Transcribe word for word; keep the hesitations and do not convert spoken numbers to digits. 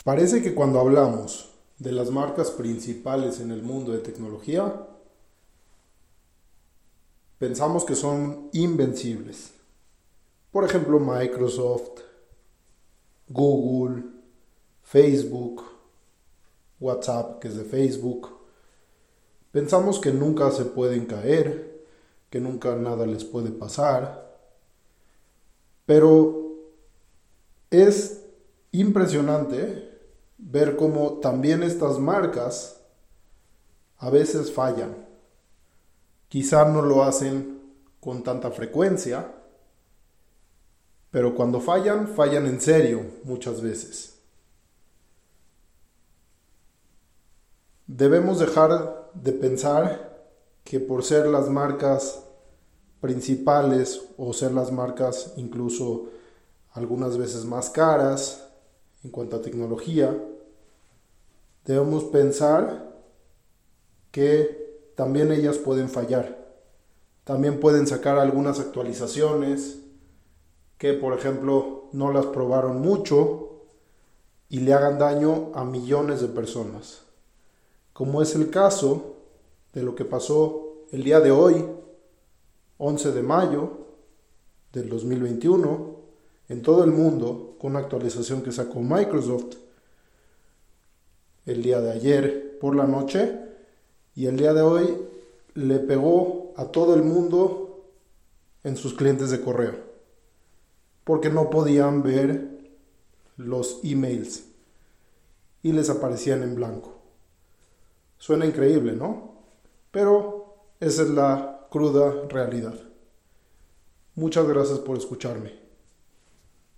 Parece que cuando hablamos de las marcas principales en el mundo de tecnología, pensamos que son invencibles. Por ejemplo, Microsoft, Google, Facebook, WhatsApp, que es de Facebook. Pensamos que nunca se pueden caer, que nunca nada les puede pasar. Pero es impresionante ver cómo también estas marcas a veces fallan. Quizá no lo hacen con tanta frecuencia, pero cuando fallan, fallan en serio muchas veces. Debemos dejar de pensar que por ser las marcas principales o ser las marcas incluso algunas veces más caras en cuanto a tecnología, debemos pensar que también ellas pueden fallar. También pueden sacar algunas actualizaciones que, por ejemplo, no las probaron mucho y le hagan daño a millones de personas. Como es el caso de lo que pasó el día de hoy, once de mayo del dos mil veintiuno, en todo el mundo, con una actualización que sacó Microsoft el día de ayer por la noche, y el día de hoy le pegó a todo el mundo en sus clientes de correo, porque no podían ver los emails y les aparecían en blanco. Suena increíble, ¿no? Pero esa es la cruda realidad. Muchas gracias por escucharme.